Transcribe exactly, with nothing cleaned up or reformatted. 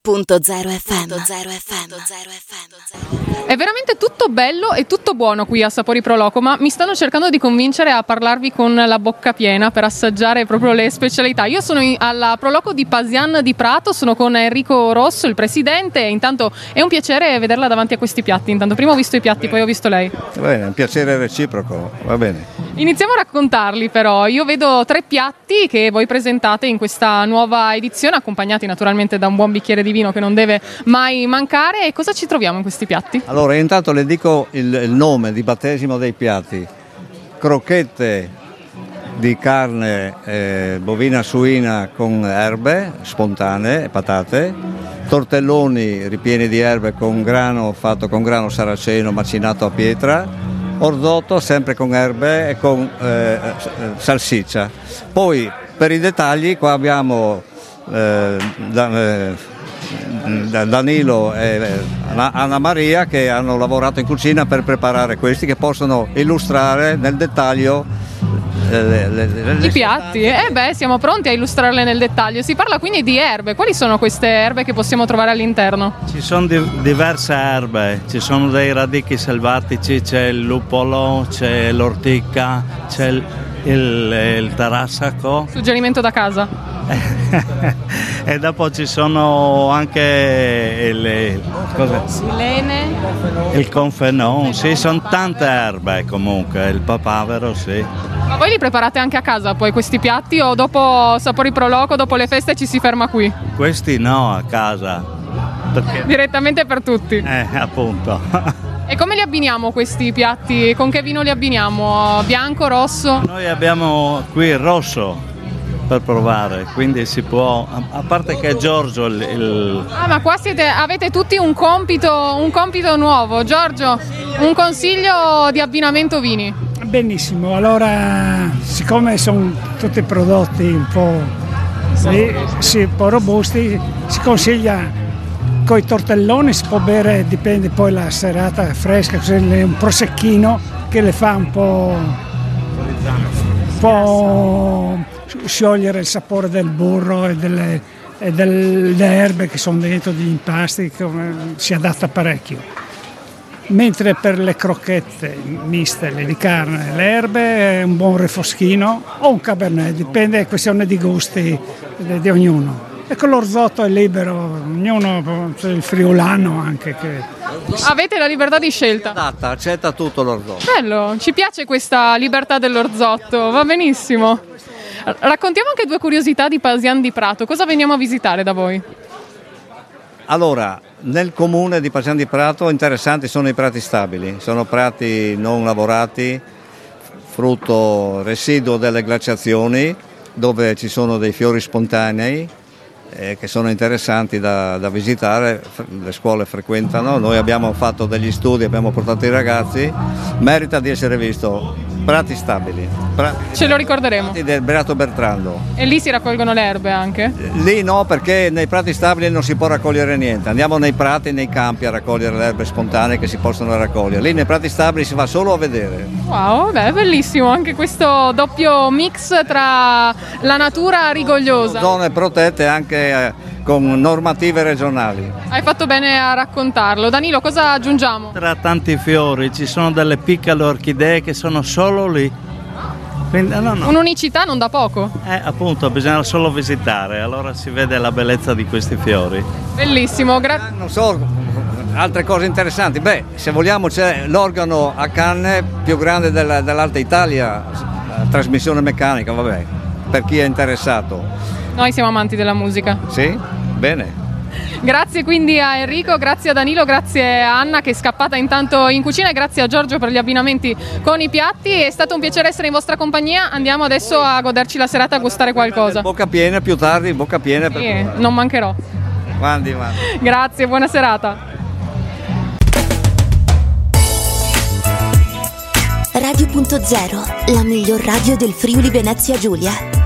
Punto zero F M. È veramente tutto bello e tutto buono qui a Sapori Pro Loco, ma mi stanno cercando di convincere a parlarvi con la bocca piena per assaggiare proprio le specialità. Io sono alla Pro Loco di Pasian di Prato, sono con Enrico Rosso, il presidente, e intanto è un piacere vederla davanti a questi piatti. Intanto prima ho visto i piatti, poi ho visto lei. Va bene, è un piacere reciproco, va bene. Iniziamo a raccontarli però. Io vedo tre piatti che voi presentate in questa nuova edizione, accompagnati naturalmente da un buon bicchiere di vino che non deve mai mancare. E cosa ci troviamo in questi piatti? Allora, intanto le dico il, il nome di battesimo dei piatti: crocchette di carne eh, bovina suina con erbe spontanee e patate, tortelloni ripieni di erbe con grano fatto con grano saraceno macinato a pietra, orzotto sempre con erbe e con eh, salsiccia. Poi per i dettagli qua abbiamo eh, da, eh, Danilo e Anna Maria che hanno lavorato in cucina per preparare questi, che possono illustrare nel dettaglio le, le, le, le i piatti. Eh beh, siamo pronti a illustrarle nel dettaglio. Si parla quindi di erbe. Quali sono queste erbe che possiamo trovare all'interno? Ci sono di- diverse erbe, ci sono dei radicchi selvatici, c'è il lupolo, c'è l'ortica, c'è il, il, il tarassaco. Suggerimento da casa. E dopo ci sono anche il, cosa? Silene. Il confenon, sì, sono tante erbe comunque, il papavero, sì. Ma voi li preparate anche a casa poi questi piatti, o dopo Sapori Pro Loco, dopo le feste ci si ferma qui? Questi no, a casa. Perché... Direttamente per tutti. Eh, appunto. E come li abbiniamo questi piatti? Con che vino li abbiniamo? Bianco, rosso? Noi abbiamo qui il rosso per provare, quindi si può, a parte che è Giorgio il, il... Ah, ma qua siete, avete tutti un compito, un compito nuovo. Giorgio, un consiglio di abbinamento vini. Benissimo, allora siccome sono tutti prodotti un po', sì, sì, un po' robusti, si consiglia con i tortelloni, si può bere, dipende poi la serata fresca, così un prosecchino che le fa un po', un po' sciogliere il sapore del burro e delle, e delle erbe che sono dentro degli impasti, che si adatta parecchio. Mentre per le crocchette miste, le di carne, le erbe, è un buon refoschino o un cabernet, dipende, è questione di gusti di, di ognuno. E con l'orzotto è libero, ognuno, c'è il friulano anche che... Avete la libertà di scelta. Adatta, accetta tutto l'orzotto. Bello, ci piace questa libertà dell'orzotto, va benissimo. Raccontiamo anche due curiosità di Pasian di Prato. Cosa veniamo a visitare da voi? Allora, nel comune di Pasian di Prato interessanti sono i prati stabili, sono prati non lavorati, frutto residuo delle glaciazioni, dove ci sono dei fiori spontanei eh, che sono interessanti da, da visitare, le scuole frequentano, noi abbiamo fatto degli studi, abbiamo portato i ragazzi, merita di essere visto. Prati stabili. Pra- Ce lo ricorderemo. Del Beato Bertrando. E lì si raccolgono le erbe anche? Lì no, perché nei prati stabili non si può raccogliere niente. Andiamo nei prati, nei campi a raccogliere le erbe spontanee che si possono raccogliere. Lì nei prati stabili si va solo a vedere. Wow, beh, bellissimo anche questo doppio mix tra la natura rigogliosa. Zone protette anche eh, con normative regionali. Hai fatto bene a raccontarlo. Danilo, cosa aggiungiamo? Tra tanti fiori ci sono delle piccole orchidee che sono solo lì. Quindi, no, no. Un'unicità non da poco. Eh, appunto, bisogna solo visitare, allora si vede la bellezza di questi fiori. Bellissimo, grazie. Non so, altre cose interessanti. Beh, se vogliamo c'è l'organo a canne più grande della, dell'Alta Italia, trasmissione meccanica, vabbè, per chi è interessato. Noi siamo amanti della musica. Sì? Bene. Grazie quindi a Enrico, grazie a Danilo, grazie a Anna che è scappata intanto in cucina e grazie a Giorgio per gli abbinamenti con i piatti. È stato un piacere essere in vostra compagnia. Andiamo adesso a goderci la serata, a gustare qualcosa. Bocca piena, più tardi, bocca piena. Per... Sì, non mancherò. Mandi, mandi. Grazie, buona serata. Radio Punto Zero, la miglior radio del Friuli Venezia Giulia.